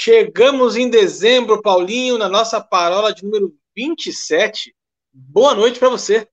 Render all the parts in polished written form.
Chegamos em dezembro, Paulinho, na nossa parola de número 27. Boa noite para você.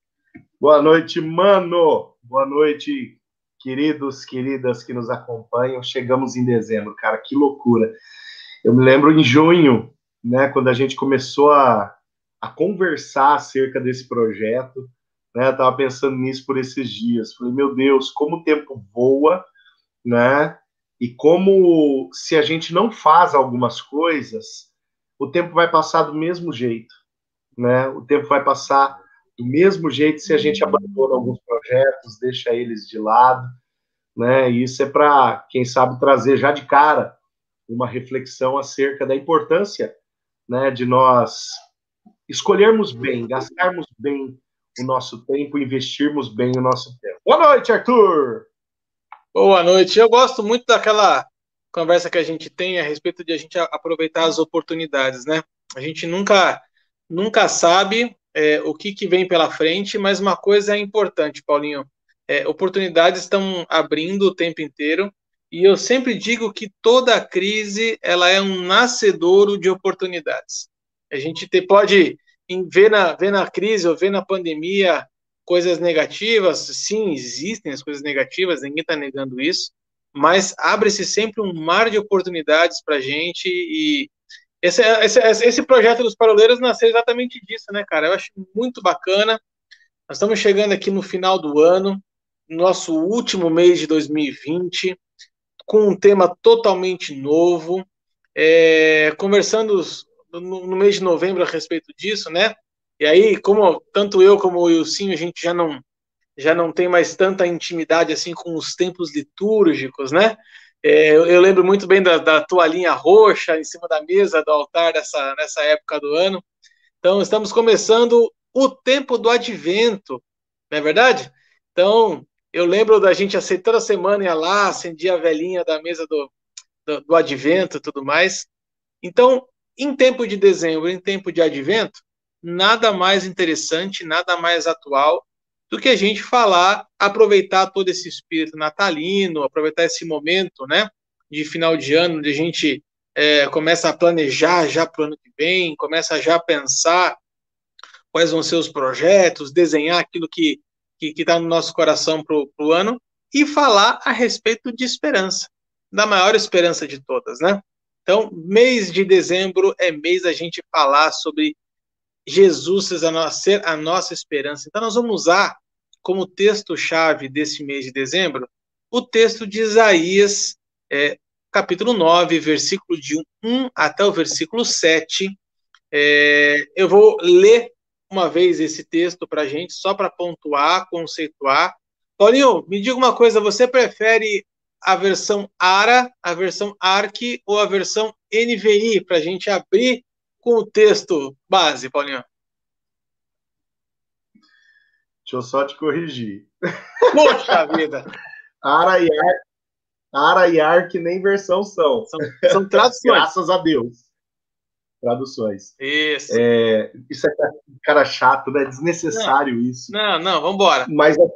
Boa noite, mano. Boa noite, queridos, queridas que nos acompanham. Chegamos em dezembro, cara, que loucura. Eu me lembro em junho, né, quando a gente começou a conversar acerca desse projeto, né, eu tava pensando nisso por esses dias. Falei, meu Deus, como o tempo voa, né? E como se a gente não faz algumas coisas, o tempo vai passar do mesmo jeito, né? O tempo vai passar do mesmo jeito se a gente abandona alguns projetos, deixa eles de lado, né? E isso é para, quem sabe, trazer já de cara uma reflexão acerca da importância, né, de nós escolhermos bem, gastarmos bem o nosso tempo, investirmos bem o nosso tempo. Boa noite, Arthur! Boa noite. Eu gosto muito daquela conversa que a gente tem a respeito de a gente aproveitar as oportunidades, né? A gente nunca sabe o que vem pela frente, mas uma coisa é importante, Paulinho. Oportunidades estão abrindo o tempo inteiro e eu sempre digo que toda crise ela é um nascedouro de oportunidades. A gente pode ver na crise ou ver na pandemia coisas negativas, sim, existem as coisas negativas, ninguém está negando isso, mas abre-se sempre um mar de oportunidades para a gente e esse projeto dos Paroleiros nasceu exatamente disso, né, cara? Eu acho muito bacana. Nós estamos chegando aqui no final do ano, nosso último mês de 2020, com um tema totalmente novo, conversando no mês de novembro a respeito disso, né? E aí, como tanto eu como o Wilson, a gente já não tem mais tanta intimidade assim com os tempos litúrgicos, né? Eu lembro muito bem da toalhinha roxa em cima da mesa do altar nessa época do ano. Então, estamos começando o tempo do advento, não é verdade? Então, eu lembro da gente toda semana ia lá, acendia a velhinha da mesa do advento e tudo mais. Então, em tempo de dezembro, em tempo de advento, nada mais interessante, nada mais atual do que a gente falar, aproveitar todo esse espírito natalino, aproveitar esse momento, né, de final de ano, onde a gente começa a planejar já para o ano que vem, começa já a pensar quais vão ser os projetos, desenhar aquilo que está no nosso coração para o ano e falar a respeito de esperança, da maior esperança de todas, né? Então, mês de dezembro é mês da gente falar sobre Jesus ser a nossa esperança. Então, nós vamos usar como texto-chave desse mês de dezembro o texto de Isaías, capítulo 9, versículo de 1 até o versículo 7. Eu vou ler uma vez esse texto para a gente, só para pontuar, conceituar. Paulinho, me diga uma coisa, você prefere a versão ARA, a versão ARC ou a versão NVI, para a gente abrir com o texto base, Paulinho? Deixa eu só te corrigir. Poxa vida! Ara e Ar que nem versão são. São traduções. Graças a Deus. Traduções. Isso. Isso é cara chato, né? Desnecessário isso. Não, vamos embora.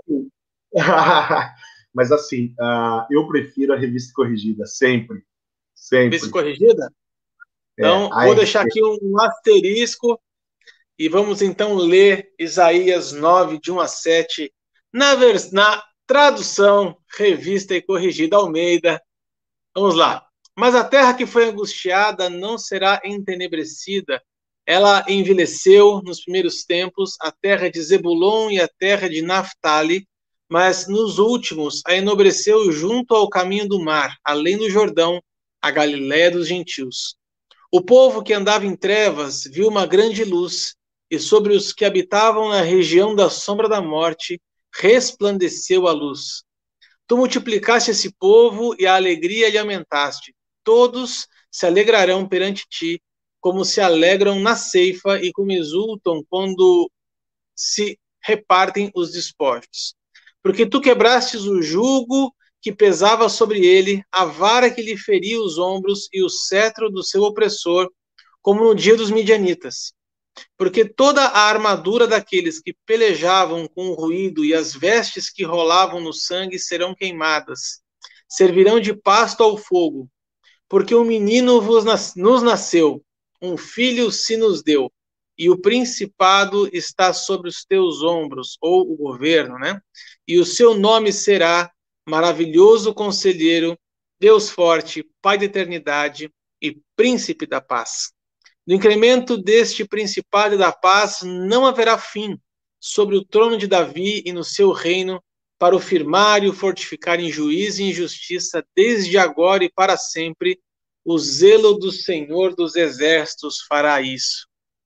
Mas assim, eu prefiro a revista corrigida, sempre. Revista corrigida? Então, vou deixar aqui um asterisco e vamos então ler Isaías 9, de 1 a 7, na tradução revista e corrigida Almeida. Vamos lá. Mas a terra que foi angustiada não será entenebrecida. Ela envelheceu nos primeiros tempos, a terra de Zebulon e a terra de Naftali, mas nos últimos a enobreceu junto ao caminho do mar, além do Jordão, a Galiléia dos gentios. O povo que andava em trevas viu uma grande luz, e sobre os que habitavam na região da sombra da morte resplandeceu a luz. Tu multiplicaste esse povo e a alegria lhe aumentaste. Todos se alegrarão perante ti, como se alegram na ceifa e como exultam quando se repartem os despojos. Porque tu quebrastes o jugo que pesava sobre ele, a vara que lhe feria os ombros e o cetro do seu opressor, como no dia dos midianitas. Porque toda a armadura daqueles que pelejavam com o ruído e as vestes que rolavam no sangue serão queimadas, servirão de pasto ao fogo. Porque um menino nos nasceu, um filho se nos deu, e o principado está sobre os teus ombros, ou o governo, né? E o seu nome será Maravilhoso Conselheiro, Deus Forte, Pai da Eternidade e Príncipe da Paz. No incremento deste principado da paz não haverá fim sobre o trono de Davi e no seu reino, para o firmar e o fortificar em juízo e em justiça, desde agora e para sempre. O zelo do Senhor dos Exércitos fará isso.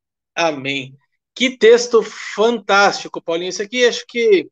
Amém. Que texto fantástico, Paulinho. Isso aqui acho que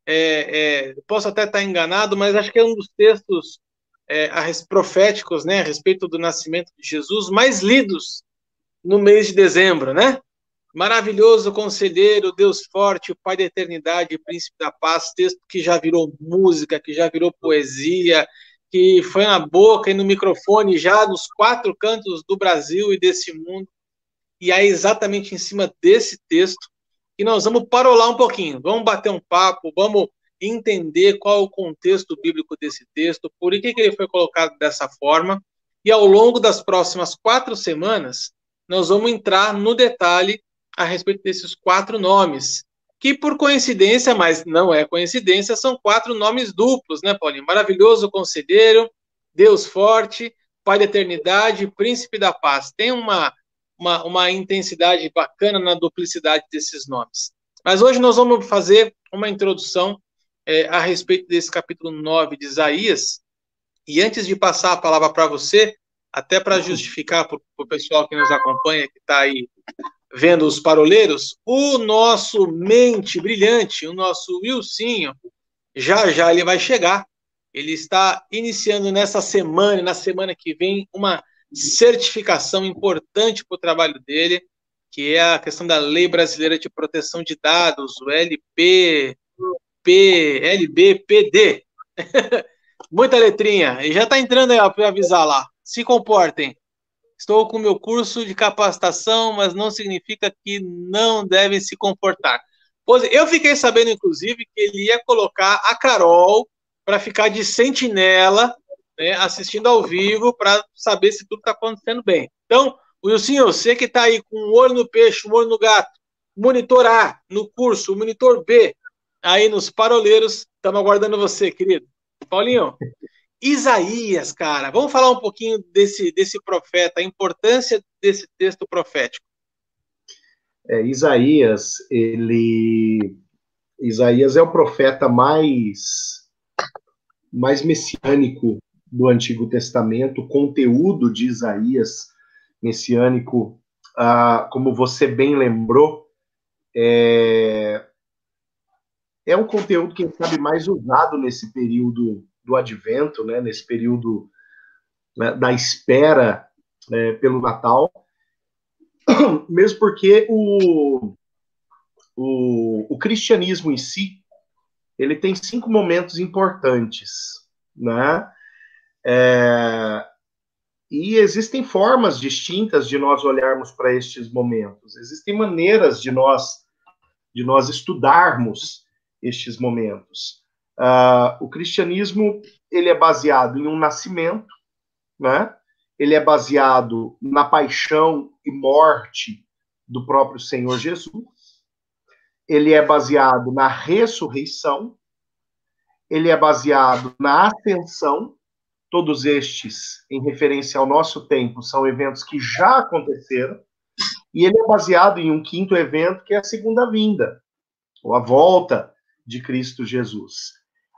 posso até estar enganado, mas acho que é um dos textos proféticos, né, a respeito do nascimento de Jesus, mais lidos no mês de dezembro, né? Maravilhoso Conselheiro, Deus Forte, o Pai da Eternidade, Príncipe da Paz, texto que já virou música, que já virou poesia, que foi na boca e no microfone já nos 4 cantos do Brasil e desse mundo. E é exatamente em cima desse texto que nós vamos parolar um pouquinho, vamos bater um papo, vamos entender qual é o contexto bíblico desse texto, por que ele foi colocado dessa forma, e ao longo das próximas 4 semanas, nós vamos entrar no detalhe a respeito desses 4 nomes, que por coincidência, mas não é coincidência, são 4 nomes duplos, né, Paulinho? Maravilhoso Conselheiro, Deus Forte, Pai da Eternidade, Príncipe da Paz. Tem uma intensidade bacana na duplicidade desses nomes. Mas hoje nós vamos fazer uma introdução a respeito desse capítulo 9 de Isaías. E antes de passar a palavra para você, até para justificar para o pessoal que nos acompanha, que está aí vendo os paroleiros, o nosso mente brilhante, o nosso Wilsinho, já já ele vai chegar. Ele está iniciando nessa semana, na semana que vem, uma certificação importante para o trabalho dele, que é a questão da Lei Brasileira de Proteção de Dados, o LBPD. Muita letrinha. E já está entrando aí para avisar lá. Se comportem. Estou com meu curso de capacitação, mas não significa que não devem se comportar. Pois eu fiquei sabendo, inclusive, que ele ia colocar a Carol para ficar de sentinela, né, assistindo ao vivo, para saber se tudo está acontecendo bem. Então, Wilson, você que está aí com um olho no peixe, um olho no gato, monitor A no curso, monitor B aí nos paroleiros, estamos aguardando você, querido. Paulinho, Isaías, cara, vamos falar um pouquinho desse profeta, a importância desse texto profético. Isaías é o profeta mais messiânico do Antigo Testamento. O conteúdo de Isaías messiânico, como você bem lembrou, é um conteúdo, quem sabe, mais usado nesse período do Advento, né, nesse período, né, da espera pelo Natal, mesmo porque o cristianismo em si, ele tem 5 momentos importantes, né? E existem formas distintas de nós olharmos para estes momentos. Existem maneiras de nós estudarmos estes momentos. O cristianismo, ele é baseado em um nascimento, né? Ele é baseado na paixão e morte do próprio Senhor Jesus. Ele é baseado na ressurreição. Ele é baseado na ascensão. Todos estes, em referência ao nosso tempo, são eventos que já aconteceram. E ele é baseado em um 5º evento, que é a segunda vinda, ou a volta de Cristo Jesus.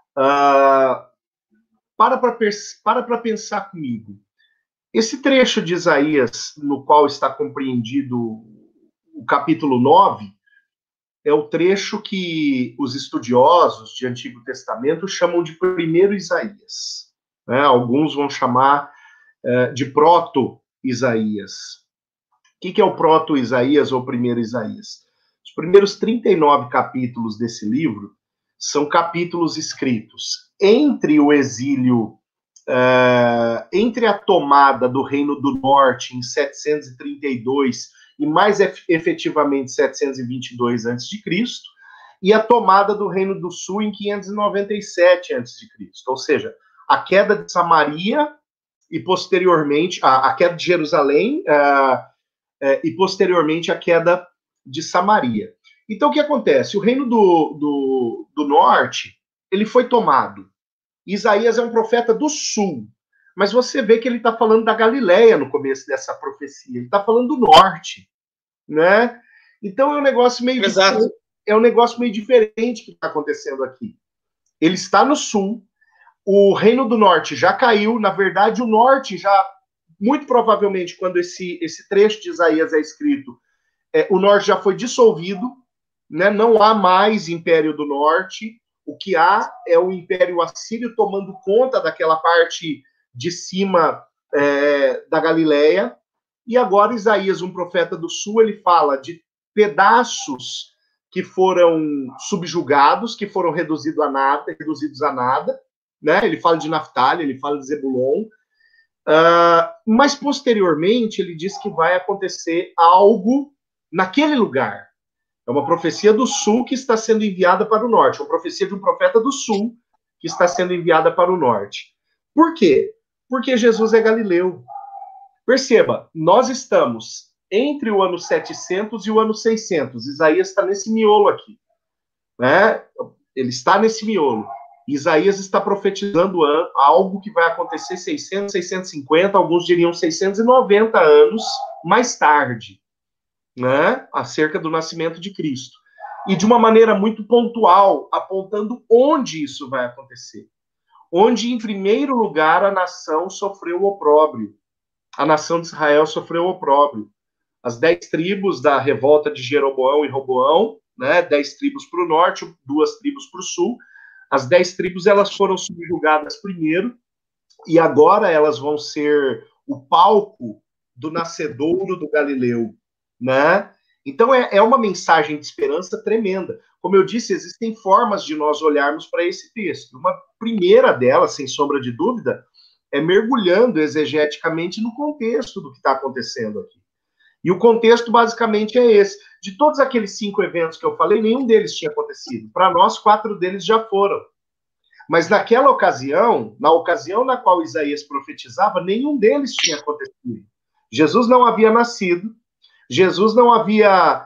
Para pensar comigo. Esse trecho de Isaías, no qual está compreendido o capítulo 9, é o trecho que os estudiosos de Antigo Testamento chamam de primeiro Isaías. Né? Alguns vão chamar de proto-Isaías. O que é o proto-Isaías ou primeiro Isaías? Os primeiros 39 capítulos desse livro são capítulos escritos entre o exílio, entre a tomada do Reino do Norte em 732 e mais efetivamente 722 a.C., e a tomada do Reino do Sul em 597 a.C., ou seja, a queda de Samaria e posteriormente a queda de Jerusalém e posteriormente a queda de Samaria. Então o que acontece? O reino do norte ele foi tomado. Isaías é um profeta do sul, mas você vê que ele está falando da Galileia no começo dessa profecia. Ele está falando do norte, né? Então é um negócio meio diferente, é um negócio meio diferente que está acontecendo aqui. Ele está no sul. O reino do norte já caiu. Na verdade, o norte já, muito provavelmente, quando esse trecho de Isaías é escrito, o norte já foi dissolvido, né? Não há mais Império do Norte. O que há é o Império Assírio tomando conta daquela parte de cima da Galileia. E agora Isaías, um profeta do sul, ele fala de pedaços que foram subjugados, que foram reduzidos a nada, né? Ele fala de Naftali, ele fala de Zebulon, mas posteriormente ele diz que vai acontecer algo naquele lugar. É uma profecia do sul que está sendo enviada para o norte, uma profecia de um profeta do sul que está sendo enviada para o norte. Por quê? Porque Jesus é galileu. Perceba, nós estamos entre o ano 700 e o ano 600. Isaías está nesse miolo aqui, né? Ele está nesse miolo. Isaías está profetizando algo que vai acontecer 600, 650, alguns diriam 690 anos mais tarde, né? Acerca do nascimento de Cristo. E de uma maneira muito pontual, apontando onde isso vai acontecer. Onde, em primeiro lugar, a nação sofreu o opróbrio. A nação de Israel sofreu o opróbrio. As 10 tribos da revolta de Jeroboão e Roboão, né? 10 tribos para o norte, 2 tribos para o sul. As 10 tribos elas foram subjugadas primeiro, e agora elas vão ser o palco do nascedouro do Galileu, né? Então é uma mensagem de esperança tremenda. Como eu disse, existem formas de nós olharmos para esse texto. Uma primeira delas, sem sombra de dúvida, é mergulhando exegeticamente no contexto do que está acontecendo aqui. E o contexto basicamente é esse. De todos aqueles 5 eventos que eu falei, nenhum deles tinha acontecido. Para nós, 4 deles já foram. Mas naquela ocasião, na ocasião na qual Isaías profetizava, nenhum deles tinha acontecido. Jesus não havia nascido, Jesus não havia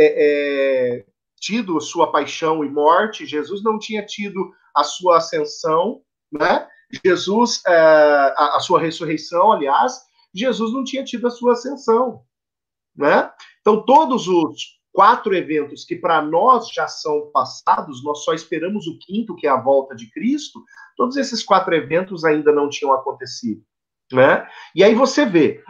tido sua paixão e morte, Jesus não tinha tido a sua ascensão, né? Jesus, a sua ressurreição, aliás, Jesus não tinha tido a sua ascensão, né? Então, todos os 4 eventos que para nós já são passados, nós só esperamos o 5º, que é a volta de Cristo, todos esses 4 eventos ainda não tinham acontecido, né? E aí você vê,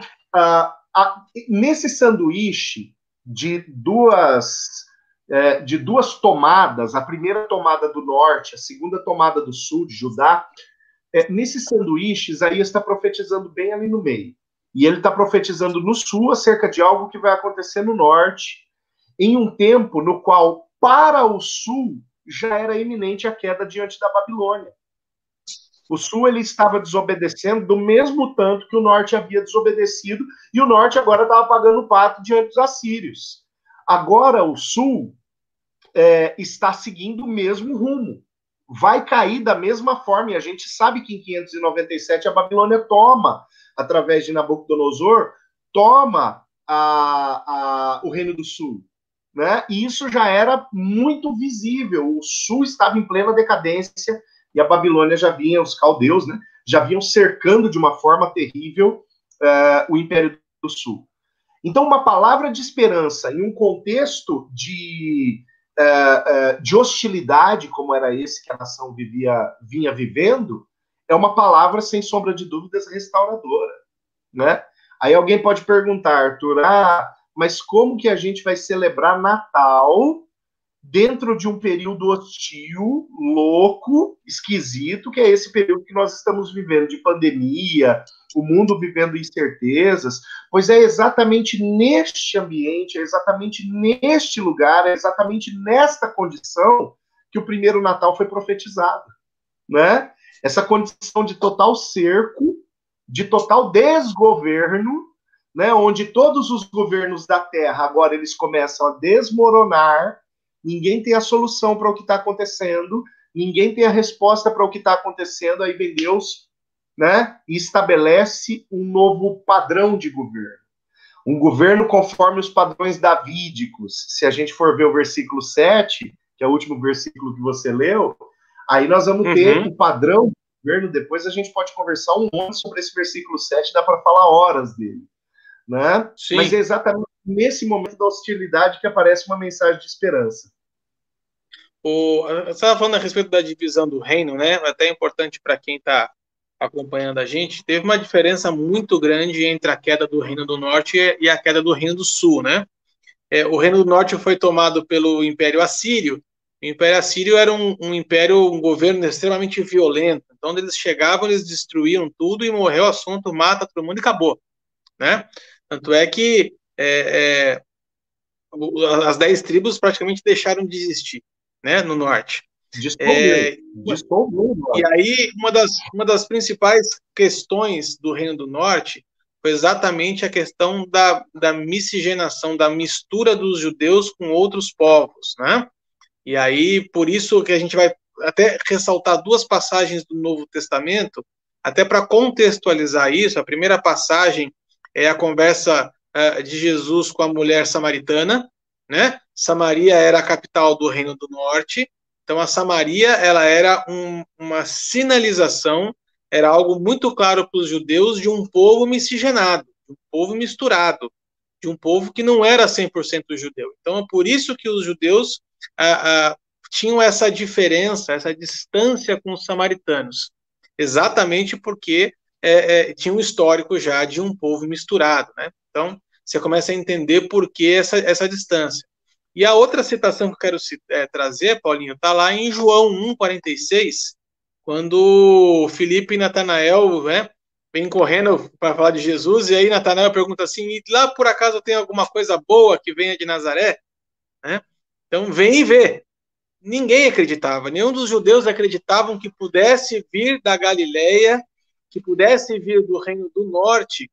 nesse sanduíche de duas tomadas, a primeira tomada do norte, a segunda tomada do sul, de Judá, nesse sanduíche, Isaías está profetizando bem ali no meio. E ele está profetizando no sul acerca de algo que vai acontecer no norte, em um tempo no qual, para o sul, já era iminente a queda diante da Babilônia. O sul ele estava desobedecendo do mesmo tanto que o norte havia desobedecido, e o norte agora estava pagando o pato diante dos assírios. Agora o sul está seguindo o mesmo rumo. Vai cair da mesma forma, e a gente sabe que em 597 a Babilônia toma, através de Nabucodonosor, toma o Reino do Sul, né? E isso já era muito visível. O sul estava em plena decadência e a Babilônia já vinha, os caldeus, né, já vinham cercando de uma forma terrível o Império do Sul. Então, uma palavra de esperança em um contexto de hostilidade, como era esse que a nação vinha vivendo, é uma palavra, sem sombra de dúvidas, restauradora, né? Aí alguém pode perguntar, Arthur, mas como que a gente vai celebrar Natal dentro de um período hostil, louco, esquisito, que é esse período que nós estamos vivendo, de pandemia, o mundo vivendo incertezas? Pois é exatamente neste ambiente, é exatamente neste lugar, é exatamente nesta condição que o primeiro Natal foi profetizado, né? Essa condição de total cerco, de total desgoverno, né? Onde todos os governos da Terra agora eles começam a desmoronar. Ninguém tem a solução para o que está acontecendo, ninguém tem a resposta para o que está acontecendo. Aí vem Deus né, e estabelece um novo padrão de governo. Um governo conforme os padrões davídicos. Se a gente for ver o versículo 7, que é o último versículo que você leu, aí nós vamos ter o padrão do governo. Depois a gente pode conversar um monte sobre esse versículo 7, dá para falar horas dele. Né? Sim. Mas é exatamente nesse momento da hostilidade que aparece uma mensagem de esperança. Você estava falando a respeito da divisão do reino, né? Até importante para quem está acompanhando a gente. Teve uma diferença muito grande entre a queda do Reino do Norte e a queda do Reino do Sul, né? O Reino do Norte foi tomado pelo Império Assírio. O Império Assírio era um império, um governo extremamente violento. Então, eles chegavam, eles destruíam tudo e morreu o assunto, mata todo mundo e acabou, né? Tanto é que as 10 tribos praticamente deixaram de existir, né, no norte. Dissolveu. E aí, uma das principais questões do Reino do Norte foi exatamente a questão da miscigenação, da mistura dos judeus com outros povos, né? E aí, por isso que a gente vai até ressaltar duas passagens do Novo Testamento, até para contextualizar isso. A primeira passagem é a conversa de Jesus com a mulher samaritana, né? Samaria era a capital do Reino do Norte, então a Samaria ela era uma sinalização, era algo muito claro para os judeus de um povo miscigenado, de um povo misturado, de um povo que não era 100% judeu. Então é por isso que os judeus tinham essa diferença, essa distância com os samaritanos, exatamente porque tinha um histórico já de um povo misturado, né? Então você começa a entender por que essa distância. E a outra citação que eu quero trazer, Paulinho, está lá em João 1,46, quando Filipe e Natanael, né, vem correndo para falar de Jesus, e aí Natanael pergunta assim, e lá por acaso tem alguma coisa boa que venha de Nazaré? Né? Então vem e vê. Ninguém acreditava, nenhum dos judeus acreditavam que pudesse vir da Galileia, que pudesse vir do Reino do Norte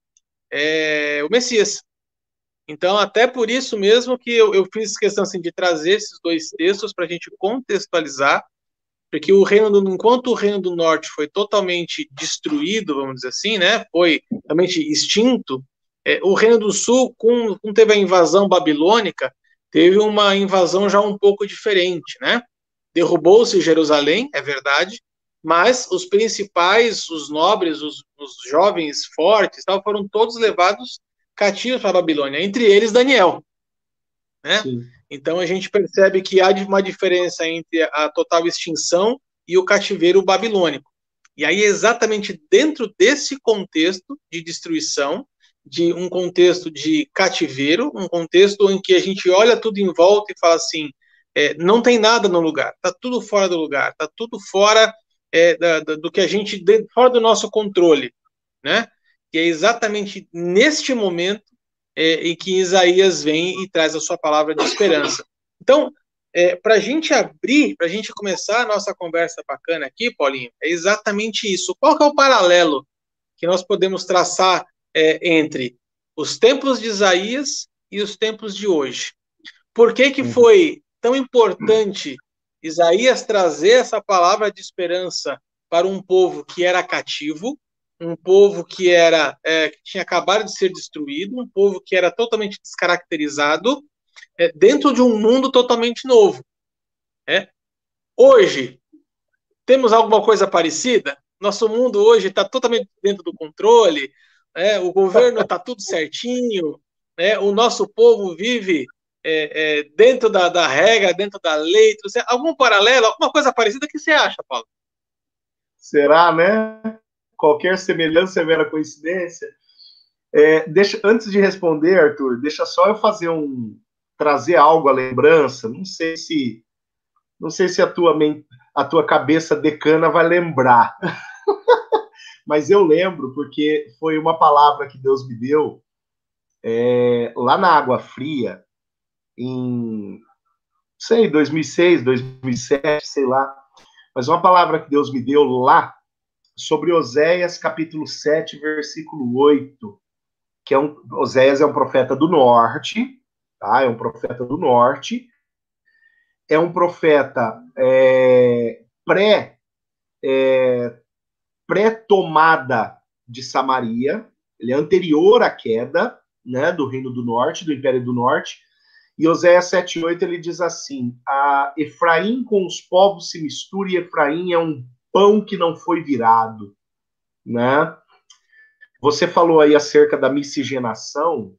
o Messias. Então, até por isso mesmo que eu fiz questão assim, de trazer esses dois textos para a gente contextualizar, porque enquanto o Reino do Norte foi totalmente destruído, vamos dizer assim, né, foi realmente extinto, o Reino do Sul, com teve a invasão babilônica, teve uma invasão já um pouco diferente, né? Derrubou-se Jerusalém, é verdade, mas os principais, os nobres, os jovens fortes, tal, foram todos levados cativos para a Babilônia, entre eles Daniel, né? Sim. Então a gente percebe que há uma diferença entre a total extinção e o cativeiro babilônico. E aí, exatamente dentro desse contexto de destruição, de um contexto de cativeiro, um contexto em que a gente olha tudo em volta e fala assim, não tem nada no lugar, está tudo fora do lugar, está tudo fora do que a gente, fora do nosso controle, né? E é exatamente neste momento em que Isaías vem e traz a sua palavra de esperança. Então, para a gente abrir, para a gente começar a nossa conversa bacana aqui, Paulinho, é exatamente isso. Qual que é o paralelo que nós podemos traçar entre os tempos de Isaías e os tempos de hoje? Por que foi tão importante Isaías trazer essa palavra de esperança para um povo que era cativo, um povo que que tinha acabado de ser destruído, um povo que era totalmente descaracterizado, dentro de um mundo totalmente novo? Hoje, temos alguma coisa parecida? Nosso mundo hoje está totalmente dentro do controle, o governo está tudo certinho, o nosso povo vive dentro da regra, dentro da lei. Algum paralelo, alguma coisa parecida, que você acha, Paulo? Será, né? Qualquer semelhança é mera coincidência. Antes de responder, Arthur, deixa só eu trazer algo à lembrança. Não sei se a tua cabeça decana vai lembrar. Mas eu lembro porque foi uma palavra que Deus me deu lá na Água Fria, em, 2006, 2007, sei lá. Mas uma palavra que Deus me deu lá sobre Oséias, capítulo 7, versículo 8, que Oséias é um profeta do norte, tá? É um profeta do norte, é um profeta pré-tomada de Samaria, ele é anterior à queda, né, do Reino do Norte, do Império do Norte. E Oséias 7,8 ele diz assim: a Efraim com os povos se mistura, e Efraim é um pão que não foi virado, né? Você falou aí acerca da miscigenação,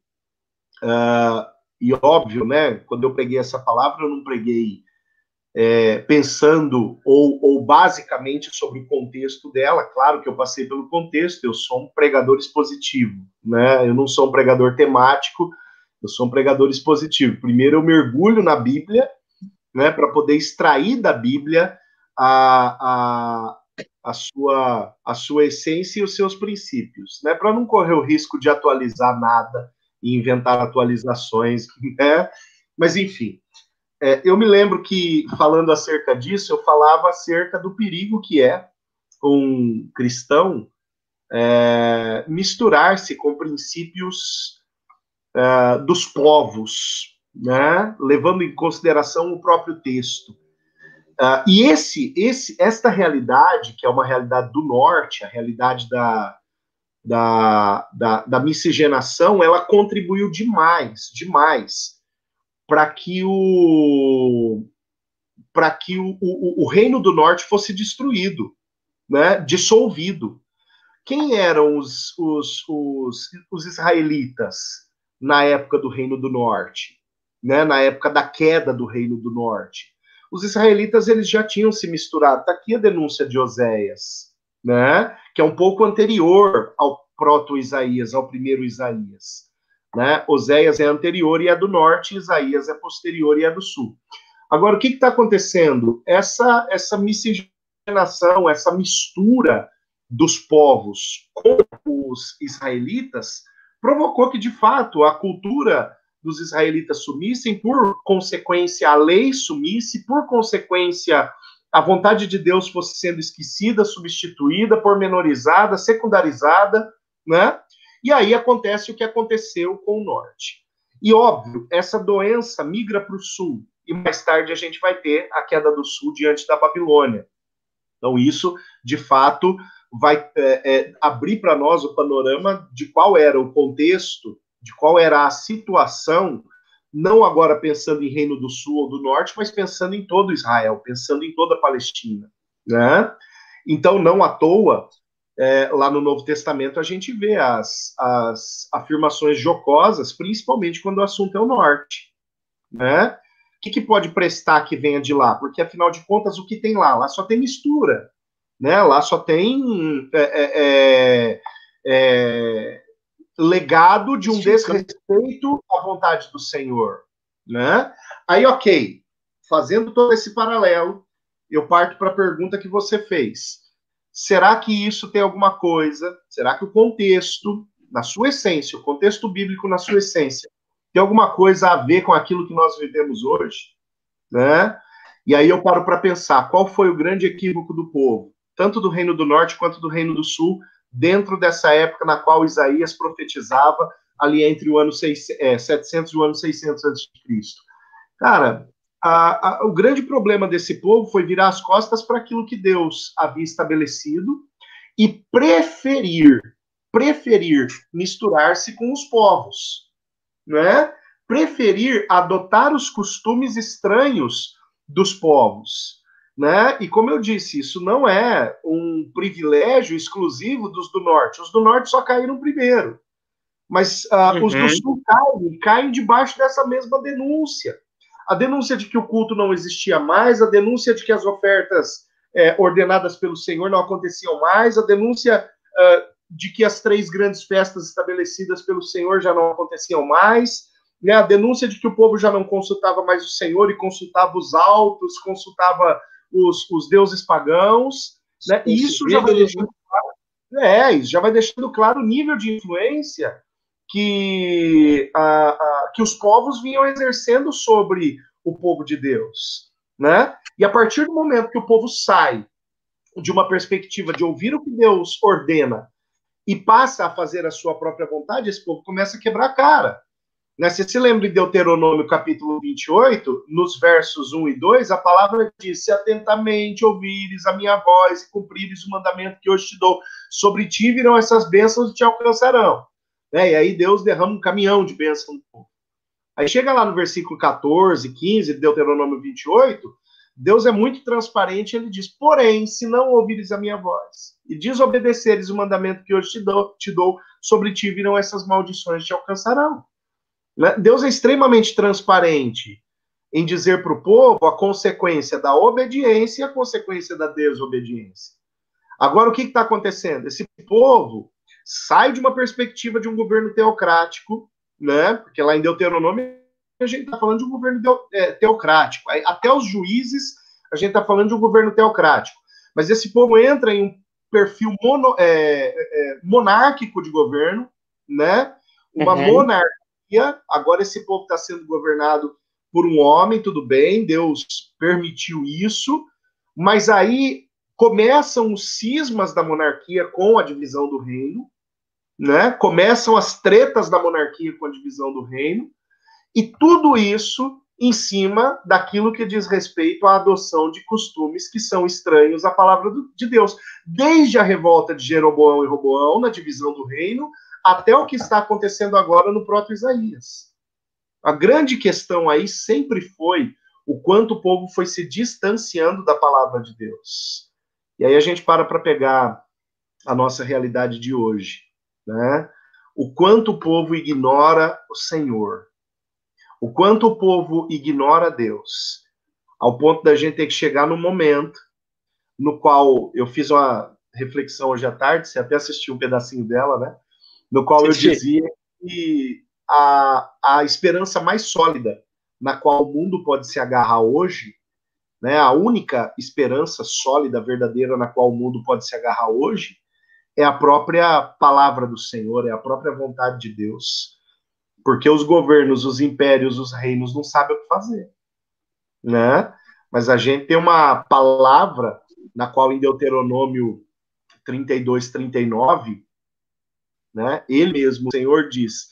e óbvio, né? Quando eu preguei essa palavra, eu não preguei pensando ou basicamente sobre o contexto dela. Claro que eu passei pelo contexto, eu sou um pregador expositivo, né? Eu não sou um pregador temático, eu sou um pregador expositivo. Primeiro eu mergulho na Bíblia, né, para poder extrair da Bíblia a sua essência e os seus princípios, né, para não correr o risco de atualizar nada e inventar atualizações, né? Mas enfim, eu me lembro que, falando acerca disso, eu falava acerca do perigo que é um cristão misturar-se com princípios dos povos, né? Levando em consideração o próprio texto. E esta realidade, que é uma realidade do norte, a realidade da miscigenação, ela contribuiu demais para que o Reino do Norte fosse destruído, né? Dissolvido. Quem eram os israelitas na época do Reino do Norte, né? Na época da queda do Reino do Norte? Os israelitas eles já tinham se misturado. Está aqui a denúncia de Oséias, né? Que é um pouco anterior ao proto-Isaías, ao primeiro Isaías. Né? Oséias é anterior e é do norte, Isaías é posterior e é do sul. Agora, o que está acontecendo? Essa miscigenação, essa mistura dos povos com os israelitas provocou que, de fato, a cultura dos israelitas sumissem, por consequência, a lei sumisse, por consequência, a vontade de Deus fosse sendo esquecida, substituída, pormenorizada, secundarizada, né? E aí acontece o que aconteceu com o norte. E, óbvio, essa doença migra para o sul, e mais tarde a gente vai ter a queda do sul diante da Babilônia. Então, isso, de fato, vai abrir para nós o panorama de qual era o contexto, de qual era a situação, não agora pensando em Reino do Sul ou do Norte, mas pensando em todo Israel, pensando em toda a Palestina, né? Então, não à toa, lá no Novo Testamento a gente vê as afirmações jocosas, principalmente quando o assunto é o Norte, né? O que pode prestar que venha de lá? Porque, afinal de contas, o que tem lá? Lá só tem mistura, né? Lá só tem legado de um desrespeito à vontade do Senhor, né? Aí, ok, fazendo todo esse paralelo, eu parto para a pergunta que você fez. Será que isso tem alguma coisa? Será que o contexto, na sua essência, o contexto bíblico na sua essência, tem alguma coisa a ver com aquilo que nós vivemos hoje? Né? E aí eu paro para pensar, qual foi o grande equívoco do povo, tanto do Reino do Norte quanto do Reino do Sul, dentro dessa época na qual Isaías profetizava, ali entre o ano 700 e o ano 600 a.C. Cara, o grande problema desse povo foi virar as costas para aquilo que Deus havia estabelecido e preferir misturar-se com os povos, né? Preferir adotar os costumes estranhos dos povos, né? E como eu disse, isso não é um privilégio exclusivo dos do norte. Os do norte só caíram primeiro, mas os do sul caem debaixo dessa mesma denúncia. A denúncia de que o culto não existia mais, a denúncia de que as ofertas ordenadas pelo Senhor não aconteciam mais, a denúncia de que as 3 grandes festas estabelecidas pelo Senhor já não aconteciam mais, né? A denúncia de que o povo já não consultava mais o Senhor e consultava os altos, consultava os deuses pagãos, né? E isso já vai deixando claro, isso já vai deixando claro o nível de influência que os povos vinham exercendo sobre o povo de Deus, né? E a partir do momento que o povo sai de uma perspectiva de ouvir o que Deus ordena e passa a fazer a sua própria vontade, esse povo começa a quebrar a cara, Né? Você se lembra de Deuteronômio capítulo 28, nos versos 1 e 2, a palavra diz: se atentamente ouvires a minha voz e cumprires o mandamento que hoje te dou, sobre ti virão essas bênçãos e te alcançarão. Né? E aí Deus derrama um caminhão de bênção no povo. Aí chega lá no versículo 14, 15 de Deuteronômio 28, Deus é muito transparente, ele diz: porém, se não ouvires a minha voz e desobedeceres o mandamento que hoje te dou, sobre ti virão essas maldições e te alcançarão. Deus é extremamente transparente em dizer para o povo a consequência da obediência e a consequência da desobediência. Agora, o que está acontecendo? Esse povo sai de uma perspectiva de um governo teocrático, né? Porque lá em Deuteronômio a gente está falando de um governo teocrático. Até os juízes a gente está falando de um governo teocrático. Mas esse povo entra em um perfil monárquico de governo, né? Uma monarquia. Agora esse povo está sendo governado por um homem, tudo bem, Deus permitiu isso, mas aí começam os cismas da monarquia com a divisão do reino, né? Começam as tretas da monarquia com a divisão do reino, e tudo isso em cima daquilo que diz respeito à adoção de costumes que são estranhos à palavra de Deus. Desde a revolta de Jeroboão e Roboão, na divisão do reino, até o que está acontecendo agora no proto-Isaías. A grande questão aí sempre foi o quanto o povo foi se distanciando da palavra de Deus. E aí a gente para pegar a nossa realidade de hoje, né? O quanto o povo ignora o Senhor. O quanto o povo ignora Deus. Ao ponto da gente ter que chegar no momento no qual eu fiz uma reflexão hoje à tarde, você até assistiu um pedacinho dela, né? No qual eu dizia que a esperança mais sólida na qual o mundo pode se agarrar hoje, né, a única esperança sólida, verdadeira, na qual o mundo pode se agarrar hoje, é a própria palavra do Senhor, é a própria vontade de Deus. Porque os governos, os impérios, os reinos não sabem o que fazer. Né? Mas a gente tem uma palavra na qual em Deuteronômio 32, 39, né, ele mesmo, o Senhor diz: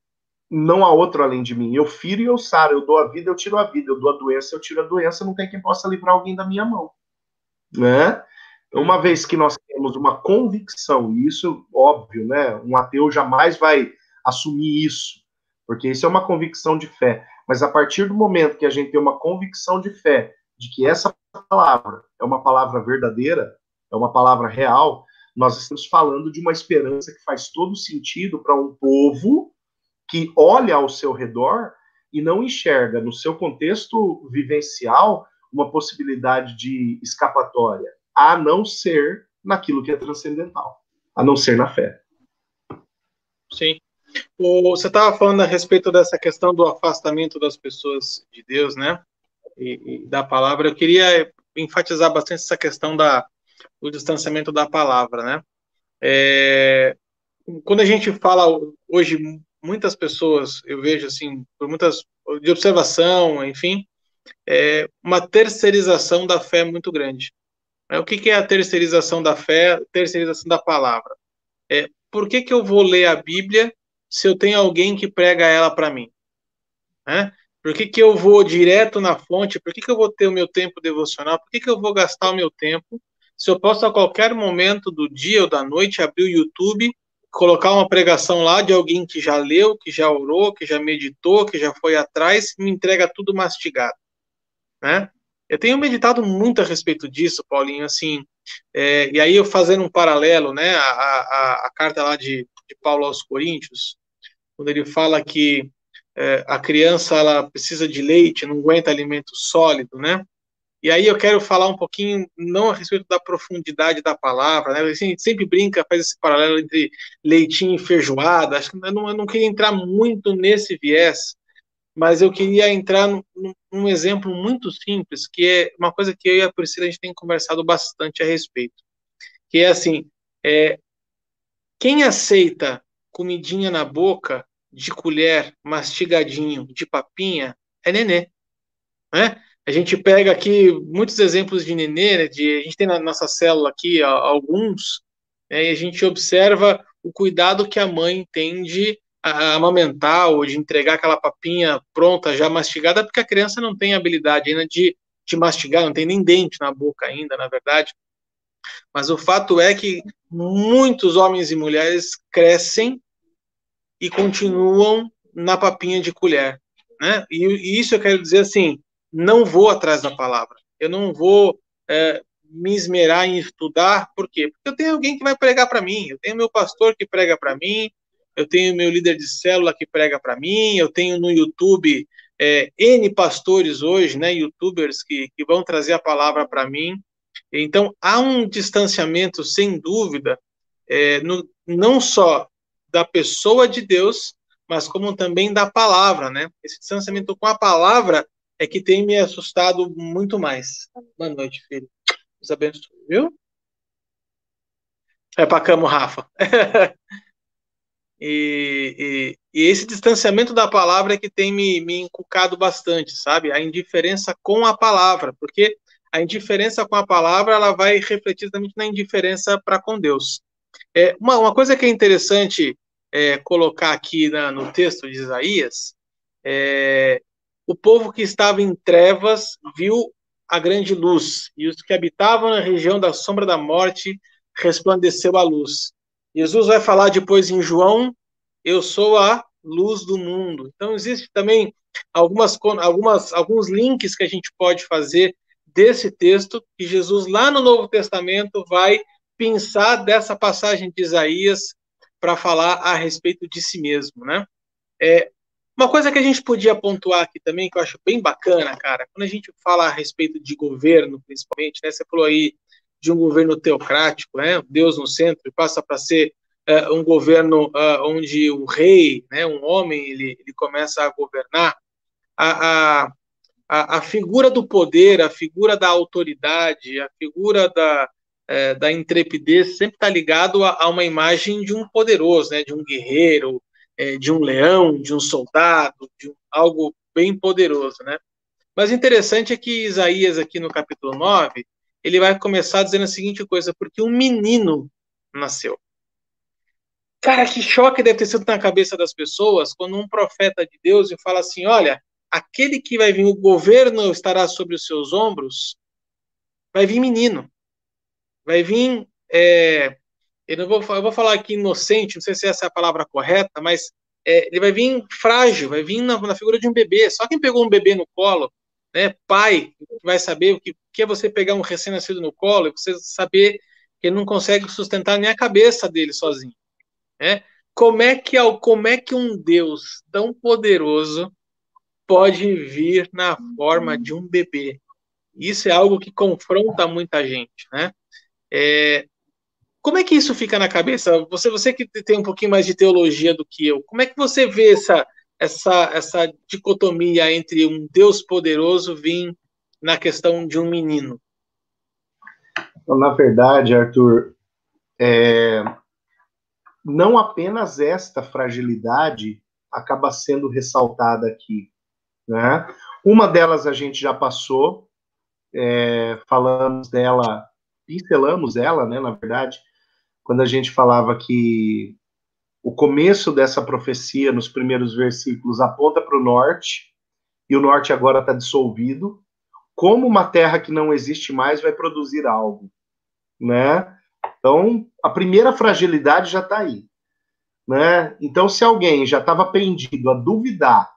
não há outro além de mim. Eu firo e eu saro, eu dou a vida, eu tiro a vida, eu dou a doença, eu tiro a doença, não tem quem possa livrar alguém da minha mão. Né? Uma vez que nós temos uma convicção, e isso, óbvio, né, um ateu jamais vai assumir isso, porque isso é uma convicção de fé. Mas a partir do momento que a gente tem uma convicção de fé, de que essa palavra é uma palavra verdadeira, é uma palavra real, nós estamos falando de uma esperança que faz todo sentido para um povo que olha ao seu redor e não enxerga no seu contexto vivencial uma possibilidade de escapatória, a não ser naquilo que é transcendental, a não ser na fé. Sim. Você estava falando a respeito dessa questão do afastamento das pessoas de Deus, né? E da palavra. Eu queria enfatizar bastante essa questão do distanciamento da palavra, né? Quando a gente fala hoje, muitas pessoas, eu vejo assim, por muitas de observação, enfim, uma terceirização da fé muito grande. O que é a terceirização da fé, terceirização da palavra? Por que eu vou ler a Bíblia se eu tenho alguém que prega ela para mim? Por que eu vou direto na fonte? Por que eu vou ter o meu tempo devocional? Por que eu vou gastar o meu tempo se eu posso a qualquer momento do dia ou da noite abrir o YouTube, colocar uma pregação lá de alguém que já leu, que já orou, que já meditou, que já foi atrás e me entrega tudo mastigado, né? Eu tenho meditado muito a respeito disso, Paulinho, assim, e aí eu fazendo um paralelo, né, a carta lá de Paulo aos Coríntios, quando ele fala que a criança ela precisa de leite, não aguenta alimento sólido, né? E aí eu quero falar um pouquinho, não a respeito da profundidade da palavra, né? Assim, a gente sempre brinca, faz esse paralelo entre leitinho e feijoada. Acho que eu não queria entrar muito nesse viés, mas eu queria entrar num exemplo muito simples, que é uma coisa que eu e a Priscila a gente tem conversado bastante a respeito, que é assim, quem aceita comidinha na boca, de colher, mastigadinho, de papinha, é nenê, né? A gente pega aqui muitos exemplos de nenê, né, a gente tem na nossa célula aqui alguns, né, e a gente observa o cuidado que a mãe tem de amamentar ou de entregar aquela papinha pronta, já mastigada, porque a criança não tem habilidade ainda de mastigar, não tem nem dente na boca ainda, na verdade. Mas o fato é que muitos homens e mulheres crescem e continuam na papinha de colher, né? E isso eu quero dizer assim, não vou atrás da palavra. Eu não vou me esmerar em estudar, por quê? Porque eu tenho alguém que vai pregar para mim, eu tenho meu pastor que prega para mim, eu tenho meu líder de célula que prega para mim, eu tenho no YouTube N pastores hoje, né, YouTubers que vão trazer a palavra para mim. Então, há um distanciamento, sem dúvida, não só da pessoa de Deus, mas como também da palavra, né? Esse distanciamento com a palavra é que tem me assustado muito mais. Boa noite, filho. Deus abençoe, viu? É pra cama, Rafa. E esse distanciamento da palavra é que tem me encucado bastante, sabe? A indiferença com a palavra, porque a indiferença com a palavra ela vai refletir também na indiferença para com Deus. Uma coisa que é interessante colocar aqui no texto de Isaías o povo que estava em trevas viu a grande luz, e os que habitavam na região da sombra da morte resplandeceu a luz. Jesus vai falar depois em João, eu sou a luz do mundo. Então, existe também alguns links que a gente pode fazer desse texto, que Jesus, lá no Novo Testamento, vai pensar dessa passagem de Isaías para falar a respeito de si mesmo, né? Uma coisa que a gente podia pontuar aqui também, que eu acho bem bacana, cara, quando a gente fala a respeito de governo, principalmente, né? Você falou aí de um governo teocrático, né? Deus no centro, e passa para ser um governo onde o rei, né, um homem, ele começa a governar. A, a, a figura do poder, a figura da autoridade, a figura da intrepidez sempre está ligado a uma imagem de um poderoso, né, de um guerreiro, de um leão, de um soldado, algo bem poderoso, né? Mas o interessante é que Isaías, aqui no capítulo 9, ele vai começar dizendo a seguinte coisa, porque um menino nasceu. Cara, que choque deve ter sido na cabeça das pessoas quando um profeta de Deus fala assim, olha, aquele que vai vir, o governo estará sobre os seus ombros, vai vir menino, vai vir, eu vou falar aqui inocente, não sei se essa é a palavra correta, mas ele vai vir frágil, vai vir na figura de um bebê. Só quem pegou um bebê no colo, né, pai, vai saber o que é você pegar um recém-nascido no colo e você saber que ele não consegue sustentar nem a cabeça dele sozinho, né? Como é que um Deus tão poderoso pode vir na forma de um bebê? Isso é algo que confronta muita gente, né? Como é que isso fica na cabeça? Você que tem um pouquinho mais de teologia do que eu, como é que você vê essa dicotomia entre um Deus poderoso vir na questão de um menino? Então, na verdade, Arthur, não apenas esta fragilidade acaba sendo ressaltada aqui, né? Uma delas a gente já passou, falamos dela, pincelamos ela, né, na verdade, quando a gente falava que o começo dessa profecia, nos primeiros versículos, aponta para o norte, e o norte agora está dissolvido. Como uma terra que não existe mais vai produzir algo, né? Então, a primeira fragilidade já está aí, né? Então, se alguém já estava pendido a duvidar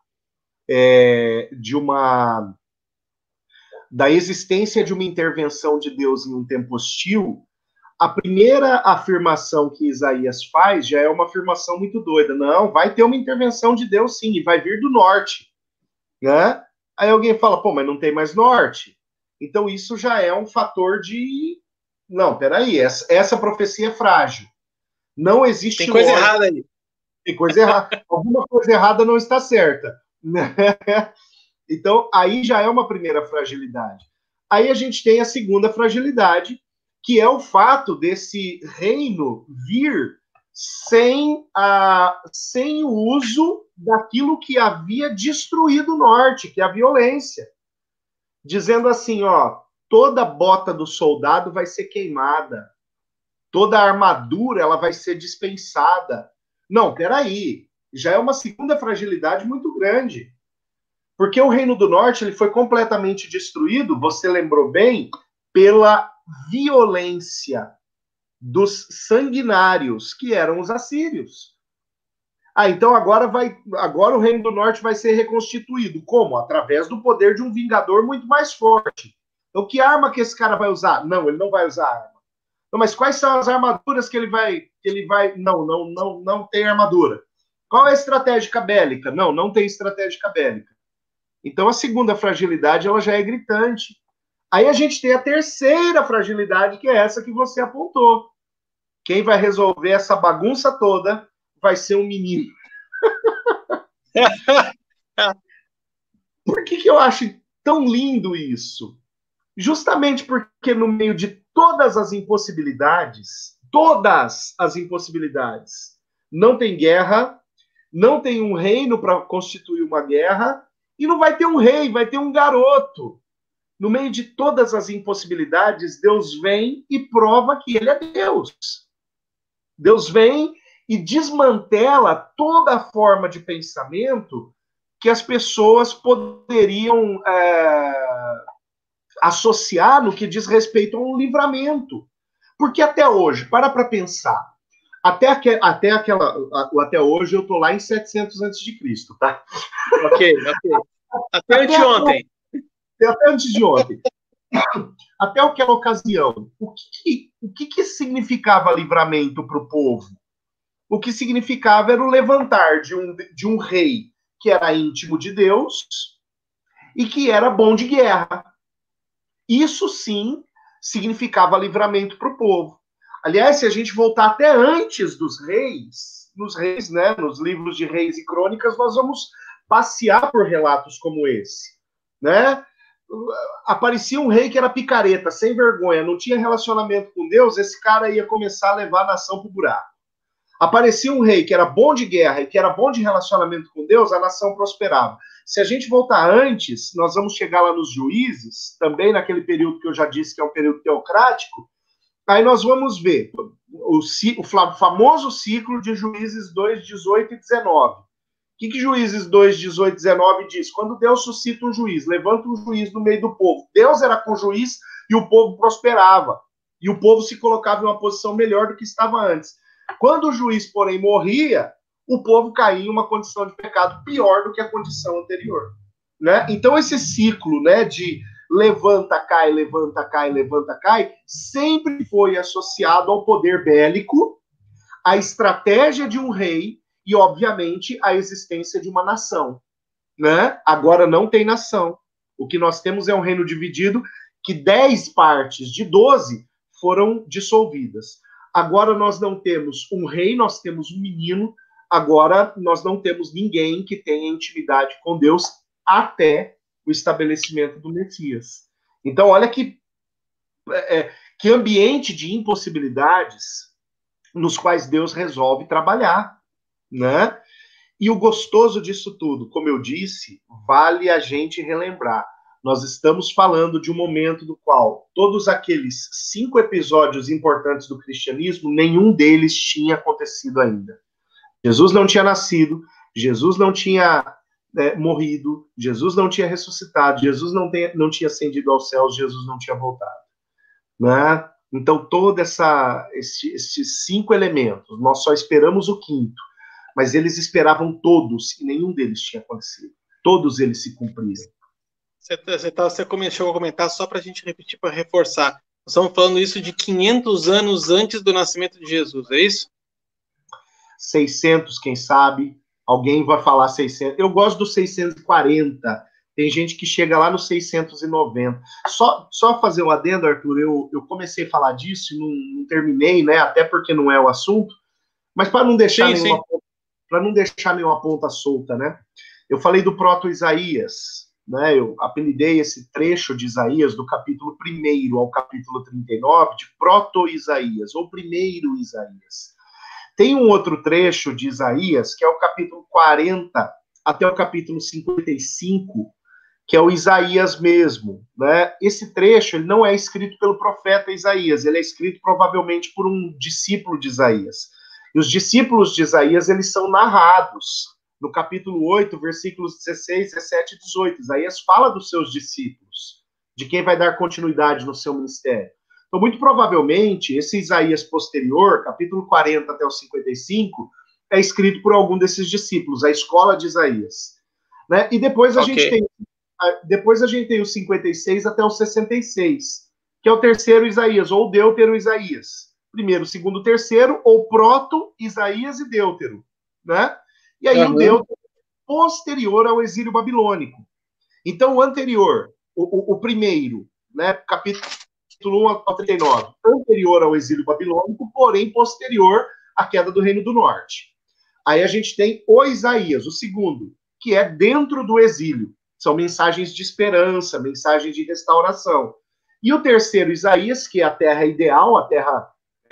da existência de uma intervenção de Deus em um tempo hostil, a primeira afirmação que Isaías faz já é uma afirmação muito doida. Não, vai ter uma intervenção de Deus sim, e vai vir do norte, né? Aí alguém fala, pô, mas não tem mais norte. Então isso já é um fator de... Não, peraí, essa profecia é frágil. Não existe Tem coisa norte. errada aí. Tem coisa errada. Alguma coisa errada não está certa. Então, aí já é uma primeira fragilidade. Aí a gente tem a segunda fragilidade, que é o fato desse reino vir sem o uso daquilo que havia destruído o norte, que é a violência. Dizendo assim, ó, toda bota do soldado vai ser queimada, toda armadura ela vai ser dispensada. Não, peraí. já é uma segunda fragilidade muito grande. Porque o Reino do Norte ele foi completamente destruído, você lembrou bem, pela violência dos sanguinários, que eram os assírios. Então agora o Reino do Norte vai ser reconstituído. Como? Através do poder de um vingador muito mais forte. Então, que arma que esse cara vai usar? Não, ele não vai usar arma. Não, mas quais são as armaduras que ele vai... Não tem armadura. Qual é a estratégia bélica? Não tem estratégia bélica. Então, a segunda fragilidade, ela já é gritante. Aí a gente tem a terceira fragilidade, que é essa que você apontou. Quem vai resolver essa bagunça toda vai ser um menino. Por que eu acho tão lindo isso? Justamente porque no meio de todas as impossibilidades, não tem guerra, não tem um reino para constituir uma guerra, e não vai ter um rei, vai ter um garoto. No meio de todas as impossibilidades, Deus vem e prova que ele é Deus. Deus vem e desmantela toda a forma de pensamento que as pessoas poderiam associar no que diz respeito a um livramento. Porque até hoje, para pensar, até hoje eu estou lá em 700 a.C., tá? Ok. Até anteontem. Até antes de ontem. Até aquela ocasião, o que significava livramento para o povo? O que significava era o levantar de um rei que era íntimo de Deus e que era bom de guerra. Isso sim significava livramento para o povo. Aliás, se a gente voltar até antes dos reis, né, nos livros de Reis e Crônicas, nós vamos passear por relatos como esse, né? Aparecia um rei que era picareta, sem vergonha, não tinha relacionamento com Deus, esse cara ia começar a levar a nação pro buraco. Aparecia um rei que era bom de guerra e que era bom de relacionamento com Deus, a nação prosperava. Se a gente voltar antes, nós vamos chegar lá nos Juízes, também naquele período que eu já disse que é um período teocrático, aí nós vamos ver o famoso ciclo de Juízes 2, 18 e 19. O que Juízes 2, 18 e 19 diz? Quando Deus suscita um juiz, levanta um juiz no meio do povo. Deus era com o juiz e o povo prosperava. E o povo se colocava em uma posição melhor do que estava antes. Quando o juiz, porém, morria, o povo caía em uma condição de pecado pior do que a condição anterior. Né? Então, esse ciclo, né, de levanta, cai, levanta, cai, levanta, cai, sempre foi associado ao poder bélico, à estratégia de um rei e, obviamente, à existência de uma nação. Né? Agora não tem nação. O que nós temos é um reino dividido que 10 partes de 12 foram dissolvidas. Agora nós não temos um rei, nós temos um menino. Agora nós não temos ninguém que tenha intimidade com Deus até o estabelecimento do Messias. Então, olha que ambiente de impossibilidades nos quais Deus resolve trabalhar, né? E o gostoso disso tudo, como eu disse, vale a gente relembrar. Nós estamos falando de um momento do qual todos aqueles 5 episódios importantes do cristianismo, nenhum deles tinha acontecido ainda. Jesus não tinha nascido, Jesus não tinha morrido, Jesus não tinha ressuscitado, Jesus não tinha ascendido aos céus, Jesus não tinha voltado. Né? Então, todos esses 5 elementos, nós só esperamos o quinto, mas eles esperavam todos e nenhum deles tinha acontecido. Todos eles se cumpriram. Você chegou a comentar, só para a gente repetir, para reforçar. Nós estamos falando isso de 500 anos antes do nascimento de Jesus, é isso? 600, quem sabe. Alguém vai falar 600. Eu gosto do 640. Tem gente que chega lá no 690. Só fazer um adendo, Arthur, eu comecei a falar disso e não terminei, né? Até porque não é o assunto. Mas para não deixar nenhuma ponta solta, né? Eu falei do proto-Isaías, né? Eu apelidei esse trecho de Isaías, do capítulo 1 ao capítulo 39, de proto-Isaías, ou primeiro Isaías. Tem um outro trecho de Isaías, que é o capítulo 40 até o capítulo 55, que é o Isaías mesmo, né? Esse trecho ele não é escrito pelo profeta Isaías, ele é escrito provavelmente por um discípulo de Isaías. E os discípulos de Isaías, eles são narrados no capítulo 8, versículos 16, 17 e 18. Isaías fala dos seus discípulos, de quem vai dar continuidade no seu ministério. Então, muito provavelmente, esse Isaías posterior, capítulo 40 até o 55, é escrito por algum desses discípulos, a escola de Isaías. Né? E depois a gente tem o 56 até o 66, que é o terceiro Isaías, ou Deutero Isaías. Primeiro, segundo, terceiro, ou proto-Isaías e Deutero. Né? E aí o Deutero posterior ao exílio babilônico. Então, o anterior, o primeiro, né, capítulo 1 ao 39, anterior ao exílio babilônico, porém posterior à queda do Reino do Norte. Aí a gente tem o Isaías, o segundo, que é dentro do exílio. São mensagens de esperança, mensagens de restauração. E o terceiro, Isaías, que é a terra ideal, a terra...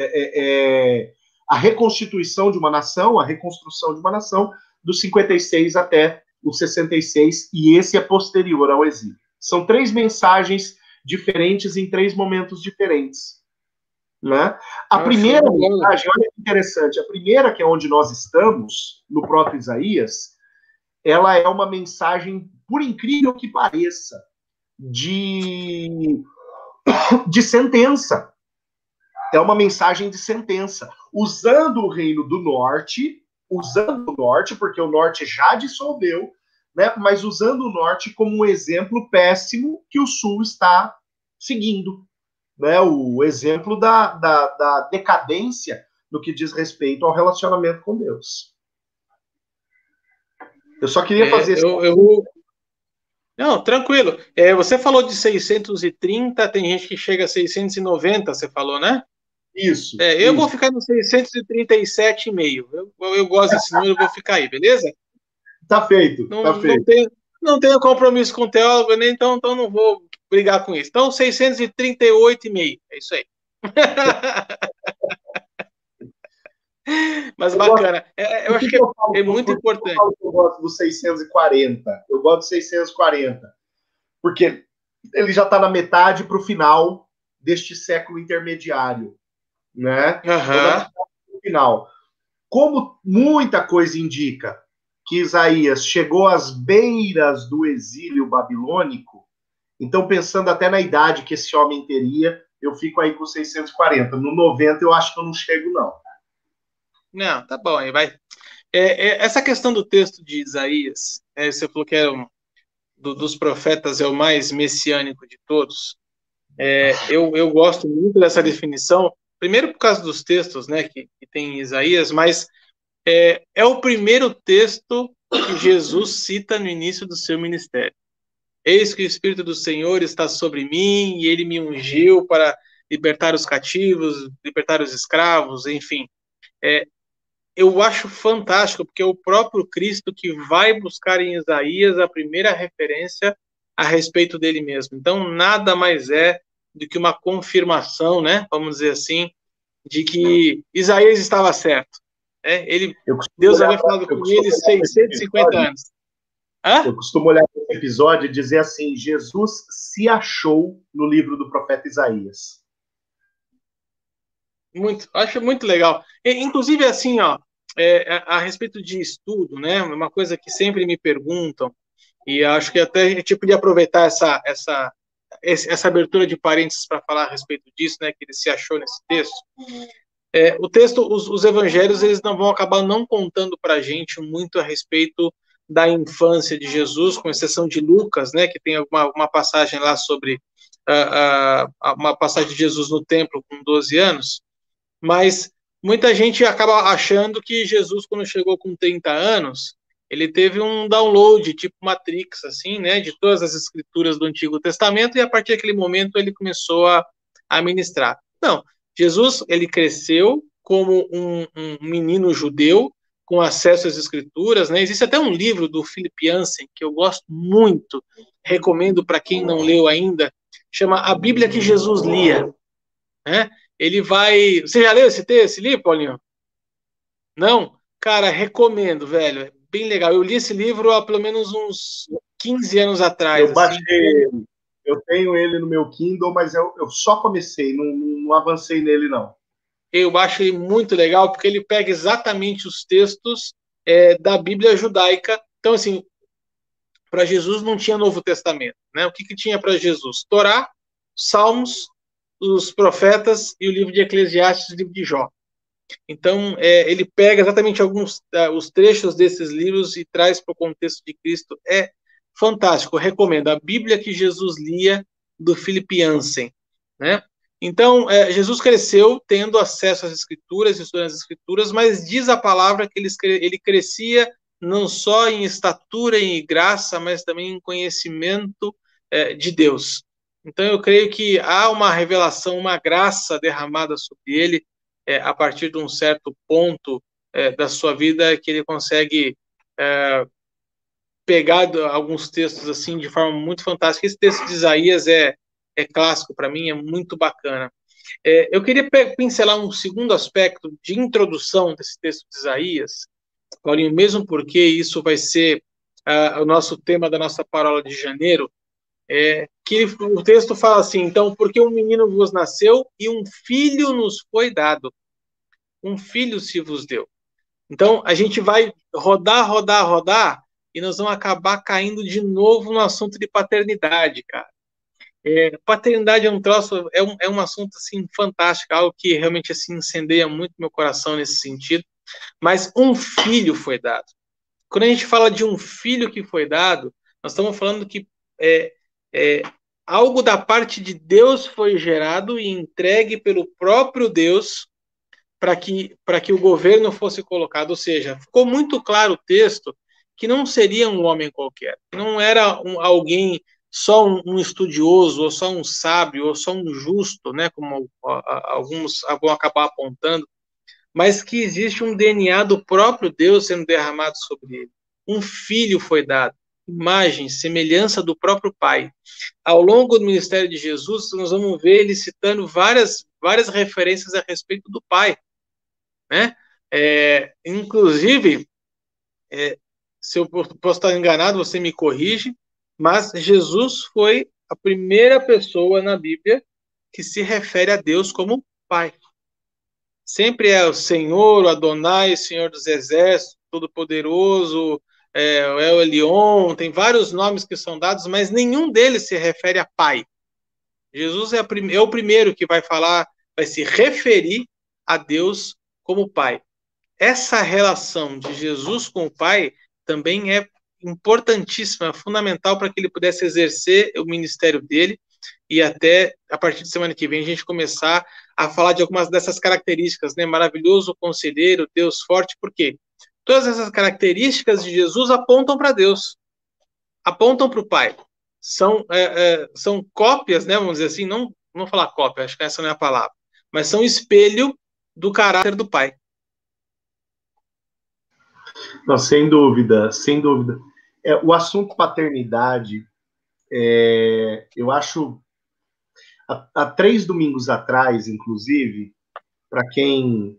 a reconstituição de uma nação, a reconstrução de uma nação, dos 56 até os 66, e esse é posterior ao exílio. São 3 mensagens diferentes em 3 momentos diferentes. Né? A primeira mensagem, olha que interessante, a primeira, que é onde nós estamos, no próprio Isaías, ela é uma mensagem, por incrível que pareça, de sentença. É uma mensagem de sentença, usando o Reino do Norte, porque o Norte já dissolveu, né, mas usando o Norte como um exemplo péssimo que o Sul está seguindo. Né, o exemplo da decadência no que diz respeito ao relacionamento com Deus. Eu só queria fazer Não, tranquilo. Você falou de 630, tem gente que chega a 690, você falou, né? Isso. Eu vou ficar no 637,5. Eu gosto desse número, eu vou ficar aí, beleza? Tá feito, tá feito. Não tenho compromisso com o teólogo, né? Então não vou brigar com isso. Então, 638,5. É isso aí. Mas bacana. Eu acho que é muito importante. Eu gosto do 640. Eu gosto do 640. Porque ele já está na metade para o final deste século intermediário. Né? Uhum. Final. Como muita coisa indica que Isaías chegou às beiras do exílio babilônico, então, pensando até na idade que esse homem teria, eu fico aí com 640. No 90, eu acho que eu não chego, não. Não, tá bom. Aí vai. Essa questão do texto de Isaías, você falou que dos profetas é o mais messiânico de todos. Eu gosto muito dessa definição, primeiro por causa dos textos, né, que tem em Isaías, mas é o primeiro texto que Jesus cita no início do seu ministério. Eis que o Espírito do Senhor está sobre mim e ele me ungiu para libertar os cativos, libertar os escravos, enfim. Eu acho fantástico, porque é o próprio Cristo que vai buscar em Isaías a primeira referência a respeito dele mesmo. Então, nada mais é do que uma confirmação, né, vamos dizer assim, de que Isaías estava certo. Deus havia falado com ele 650 anos. Eu costumo olhar esse episódio e dizer assim, Jesus se achou no livro do profeta Isaías. Acho muito legal. Inclusive, assim, a respeito de estudo, né, uma coisa que sempre me perguntam, e acho que até a gente podia aproveitar essa abertura de parênteses para falar a respeito disso, né, que ele se achou nesse texto. O texto, os evangelhos, eles não vão acabar não contando para a gente muito a respeito da infância de Jesus, com exceção de Lucas, né, que tem uma passagem lá sobre uma passagem de Jesus no templo com 12 anos, mas muita gente acaba achando que Jesus, quando chegou com 30 anos, ele teve um download, tipo Matrix, assim, né, de todas as escrituras do Antigo Testamento, e a partir daquele momento ele começou a ministrar. Não, Jesus, ele cresceu como um menino judeu, com acesso às escrituras, né? Existe até um livro do Philip Yancey, que eu gosto muito, recomendo para quem não leu ainda, chama A Bíblia que Jesus Lia, né? Ele vai... Você já leu esse livro, Paulinho? Não? Cara, recomendo, velho. É bem legal. Eu li esse livro há pelo menos uns 15 anos atrás. Eu baixei ele. Eu tenho ele no meu Kindle, mas eu só comecei, não avancei nele, não. eu acho ele muito legal, porque ele pega exatamente os textos da Bíblia judaica. Então, assim, para Jesus não tinha Novo Testamento, né? O que tinha para Jesus? Torá, Salmos, os profetas e o livro de Eclesiastes, o livro de Jó. Então, ele pega exatamente alguns os trechos desses livros e traz para o contexto de Cristo. É fantástico, eu recomendo. A Bíblia que Jesus lia, do Philip Yancey, né? Então, Jesus cresceu tendo acesso às Escrituras, estudando as Escrituras, mas diz a palavra que ele crescia não só em estatura e em graça, mas também em conhecimento de Deus. Então, eu creio que há uma revelação, uma graça derramada sobre ele, a partir de um certo ponto da sua vida, que ele consegue pegar alguns textos assim de forma muito fantástica. Esse texto de Isaías é clássico para mim, é muito bacana. Eu queria pincelar um segundo aspecto de introdução desse texto de Isaías, Paulinho, mesmo porque isso vai ser o nosso tema da nossa paródia de janeiro, que o texto fala assim, então, porque um menino vos nasceu e um filho nos foi dado, um filho se vos deu. Então, a gente vai rodar, e nós vamos acabar caindo de novo no assunto de paternidade, cara. Paternidade é um troço, é um assunto, assim, fantástico, algo que realmente, assim, incendeia muito meu coração nesse sentido. Mas um filho foi dado. Quando a gente fala de um filho que foi dado, nós estamos falando que algo da parte de Deus foi gerado e entregue pelo próprio Deus para que o governo fosse colocado. Ou seja, ficou muito claro o texto que não seria um homem qualquer, não era alguém, só um estudioso, ou só um sábio, ou só um justo, né, como alguns vão acabar apontando, mas que existe um DNA do próprio Deus sendo derramado sobre ele. Um filho foi dado, imagem, semelhança do próprio Pai. Ao longo do ministério de Jesus, nós vamos ver ele citando várias referências a respeito do Pai, né? Inclusive, se eu posso estar enganado, você me corrige, mas Jesus foi a primeira pessoa na Bíblia que se refere a Deus como Pai. Sempre é o Senhor, o Adonai, Senhor dos Exércitos, Todo-Poderoso, o El Elyon, tem vários nomes que são dados, mas nenhum deles se refere a Pai. Jesus é o primeiro que vai falar, vai se referir a Deus como Pai. Essa relação de Jesus com o Pai também é importantíssima, fundamental para que ele pudesse exercer o ministério dele, e até a partir de semana que vem a gente começar a falar de algumas dessas características, né? Maravilhoso conselheiro, Deus forte, por quê? Todas essas características de Jesus apontam para Deus, apontam para o Pai. São cópias, né? Vamos dizer assim, não falar cópia, acho que essa não é a palavra, mas são espelho do caráter do Pai. Não, sem dúvida, sem dúvida. O assunto paternidade, eu acho, há 3 domingos atrás, inclusive, para quem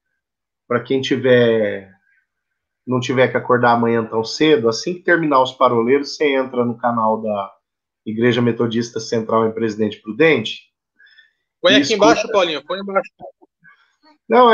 não tiver que acordar amanhã tão cedo, assim que terminar os paroleiros, você entra no canal da Igreja Metodista Central em Presidente Prudente. Põe aqui embaixo, Paulinho, põe embaixo. Não,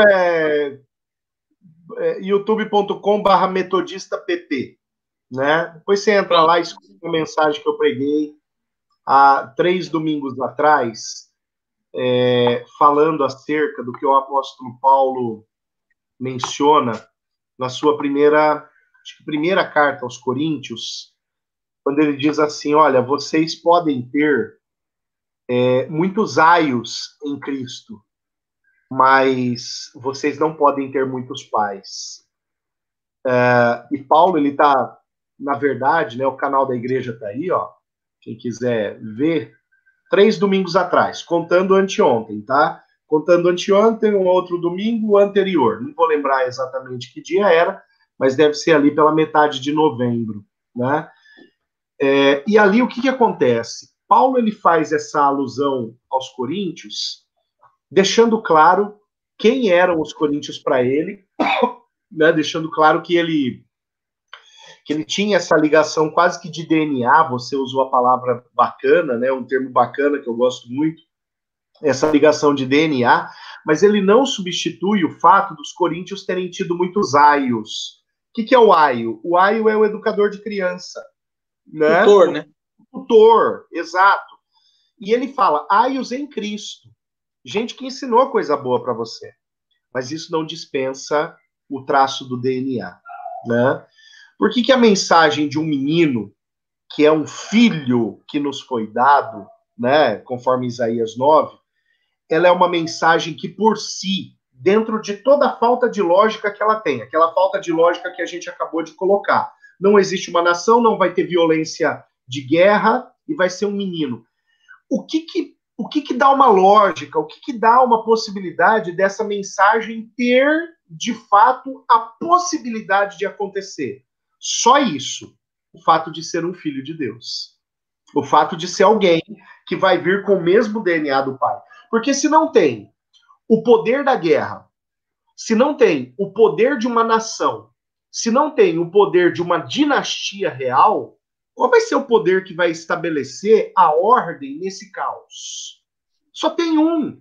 youtube.com/metodistapp, né? Depois você entra lá e escuta uma mensagem que eu preguei há 3 domingos atrás, falando acerca do que o apóstolo Paulo menciona na sua primeira carta aos Coríntios, quando ele diz assim, olha, vocês podem ter muitos aios em Cristo, mas vocês não podem ter muitos pais. E Paulo, ele está, na verdade, né, o canal da igreja está aí, ó, quem quiser ver, 3 domingos atrás, contando anteontem, tá? Contando anteontem, um outro domingo anterior. Não vou lembrar exatamente que dia era, mas deve ser ali pela metade de novembro, né? E ali o que acontece? Paulo, ele faz essa alusão aos coríntios, deixando claro quem eram os coríntios para ele, né? Deixando claro que ele tinha essa ligação quase que de DNA, você usou a palavra bacana, né? Um termo bacana que eu gosto muito, essa ligação de DNA, mas ele não substitui o fato dos coríntios terem tido muitos aios. O que é o aio? O aio é o educador de criança, né? Tutor, né? Tutor, exato. E ele fala, aios em Cristo. Gente que ensinou coisa boa para você. Mas isso não dispensa o traço do DNA, né? Por que a mensagem de um menino, que é um filho que nos foi dado, né, conforme Isaías 9, ela é uma mensagem que, por si, dentro de toda a falta de lógica que ela tem, aquela falta de lógica que a gente acabou de colocar, não existe uma nação, não vai ter violência de guerra e vai ser um menino. O que dá uma lógica, o que dá uma possibilidade dessa mensagem ter, de fato, a possibilidade de acontecer? Só isso. O fato de ser um filho de Deus. O fato de ser alguém que vai vir com o mesmo DNA do Pai. Porque se não tem o poder da guerra, se não tem o poder de uma nação, se não tem o poder de uma dinastia real, qual vai ser o poder que vai estabelecer a ordem nesse caos? Só tem um.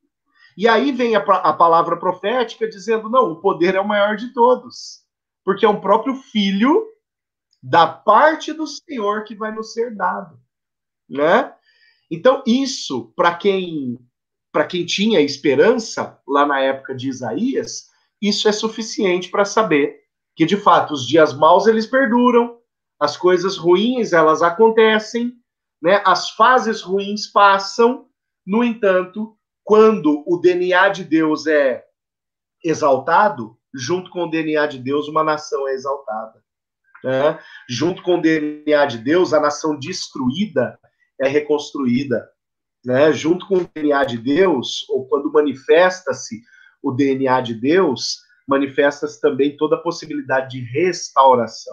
E aí vem a palavra profética dizendo, não, o poder é o maior de todos. Porque é um próprio filho da parte do Senhor que vai nos ser dado. Né? Então, isso, para quem tinha esperança, lá na época de Isaías, isso é suficiente para saber que, de fato, os dias maus, eles perduram, as coisas ruins, elas acontecem, né? As fases ruins passam, no entanto, quando o DNA de Deus é exaltado, junto com o DNA de Deus, uma nação é exaltada. Né? Junto com o DNA de Deus, a nação destruída é reconstruída. Né? Junto com o DNA de Deus, ou quando manifesta-se o DNA de Deus, manifesta-se também toda a possibilidade de restauração.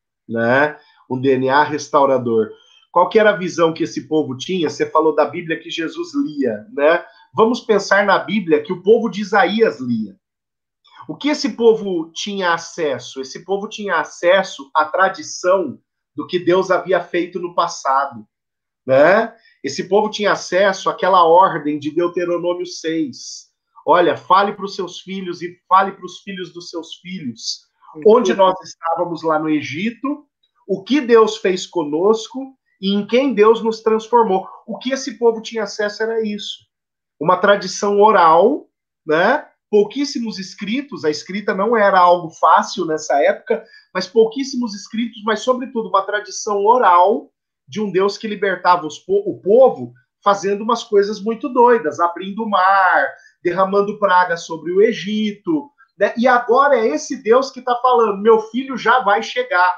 Né? Um DNA restaurador. Qual que era a visão que esse povo tinha? Você falou da Bíblia que Jesus lia, né? Vamos pensar na Bíblia que o povo de Isaías lia. O que esse povo tinha acesso? Esse povo tinha acesso à tradição do que Deus havia feito no passado, né? Esse povo tinha acesso àquela ordem de Deuteronômio 6. Olha, fale para os seus filhos e fale para os filhos dos seus filhos. Onde nós estávamos lá no Egito, o que Deus fez conosco e em quem Deus nos transformou. O que esse povo tinha acesso era isso. Uma tradição oral, né? Pouquíssimos escritos, a escrita não era algo fácil nessa época, mas pouquíssimos escritos, mas sobretudo uma tradição oral de um Deus que libertava o povo fazendo umas coisas muito doidas, abrindo o mar, derramando praga sobre o Egito, né? E agora é esse Deus que está falando, meu filho já vai chegar,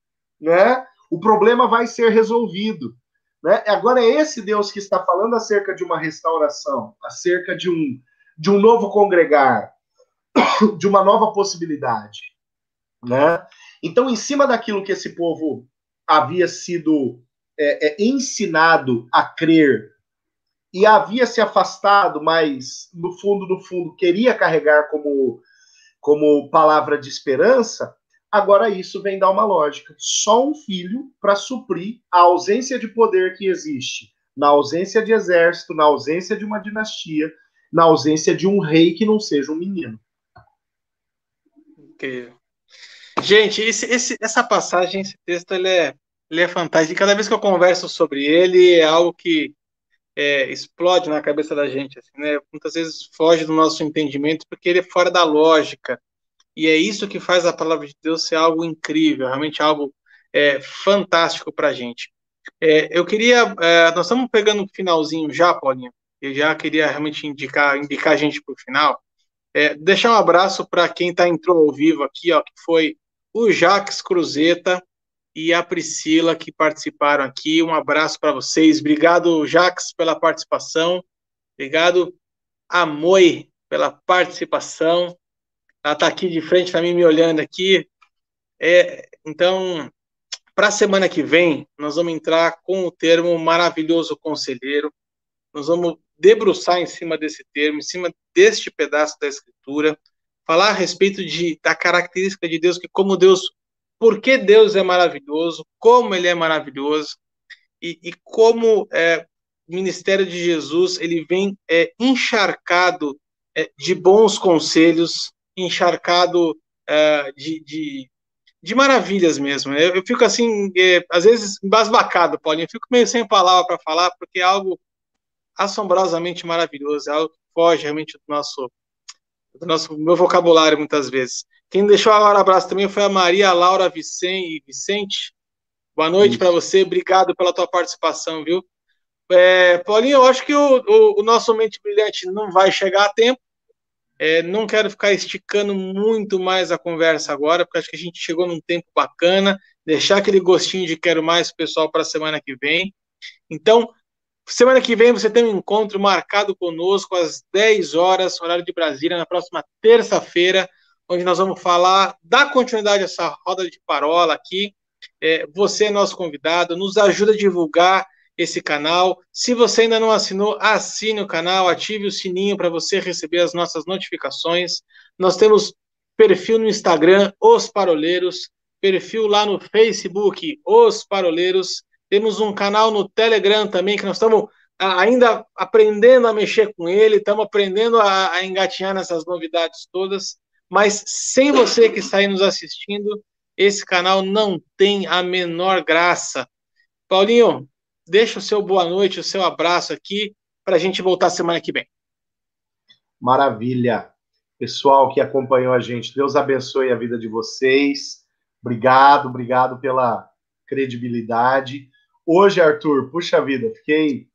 né? O problema vai ser resolvido. Né? Agora é esse Deus que está falando acerca de uma restauração, acerca de um novo congregar, de uma nova possibilidade. Né? Então, em cima daquilo que esse povo havia sido ensinado a crer e havia se afastado, mas no fundo, queria carregar como palavra de esperança, agora isso vem dar uma lógica. Só um filho para suprir a ausência de poder que existe, na ausência de exército, na ausência de uma dinastia, na ausência de um rei que não seja um menino. Incrível. Gente, essa passagem, esse texto, ele é fantástico. Cada vez que eu converso sobre ele, é algo que explode na cabeça da gente. Assim, né? Muitas vezes foge do nosso entendimento, porque ele é fora da lógica. E é isso que faz a palavra de Deus ser algo incrível, realmente algo fantástico para a gente. Eu queria... nós estamos pegando o finalzinho já, Paulinho. Eu já queria realmente indicar a gente para o final. Deixar um abraço para quem entrou ao vivo aqui, ó, que foi o Jacques Cruzeta e a Priscila, que participaram aqui. Um abraço para vocês. Obrigado, Jacques, pela participação. Obrigado, Amoi, pela participação. Ela está aqui de frente para mim, me olhando aqui. Então, para a semana que vem, nós vamos entrar com o termo maravilhoso conselheiro. Nós vamos debruçar em cima desse termo, em cima deste pedaço da Escritura, falar a respeito da característica de Deus, por que Deus é maravilhoso, como Ele é maravilhoso, e como o ministério de Jesus ele vem encharcado de bons conselhos, encharcado de maravilhas mesmo. Eu fico assim, às vezes, embasbacado, Paulinho. Eu fico meio sem palavra para falar, porque é algo assombrosamente maravilhoso, é algo que foge realmente do meu vocabulário muitas vezes. Quem deixou agora um abraço também foi a Maria Laura Vicente. Boa noite para você, obrigado pela tua participação, viu? Paulinho, eu acho que o nosso Mente Brilhante não vai chegar a tempo. Não quero ficar esticando muito mais a conversa agora, porque acho que a gente chegou num tempo bacana, deixar aquele gostinho de quero mais pro pessoal para a semana que vem. Então, semana que vem você tem um encontro marcado conosco às 10 horas, horário de Brasília, na próxima terça-feira, onde nós vamos falar, dar continuidade a essa roda de parola aqui. Você é nosso convidado, nos ajuda a divulgar esse canal. Se você ainda não assinou, assine o canal, ative o sininho para você receber as nossas notificações. Nós temos perfil no Instagram, Os Paroleiros, perfil lá no Facebook, Os Paroleiros. Temos um canal no Telegram também, que nós estamos ainda aprendendo a mexer com ele, estamos aprendendo a engatinhar nessas novidades todas, mas sem você que está aí nos assistindo, esse canal não tem a menor graça. Paulinho, deixa o seu boa noite, o seu abraço aqui, para a gente voltar semana que vem. Maravilha. Pessoal que acompanhou a gente, Deus abençoe a vida de vocês. Obrigado pela credibilidade. Hoje, Arthur, puxa vida, fiquei...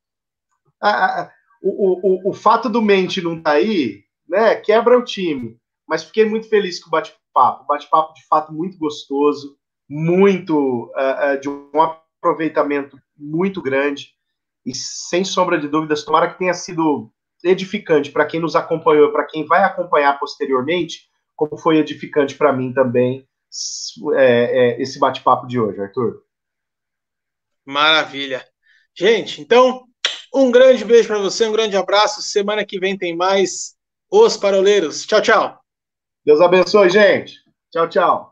O fato do Mente não estar aí, né, quebra o time. Mas fiquei muito feliz com o bate-papo. Bate-papo, de fato, muito gostoso, muito de um aproveitamento muito grande. E, sem sombra de dúvidas, tomara que tenha sido edificante para quem nos acompanhou, para quem vai acompanhar posteriormente, como foi edificante para mim também esse bate-papo de hoje, Arthur. Maravilha. Gente, então, um grande beijo para você, um grande abraço. Semana que vem tem mais Os Paroleiros. Tchau, tchau. Deus abençoe, gente. Tchau, tchau.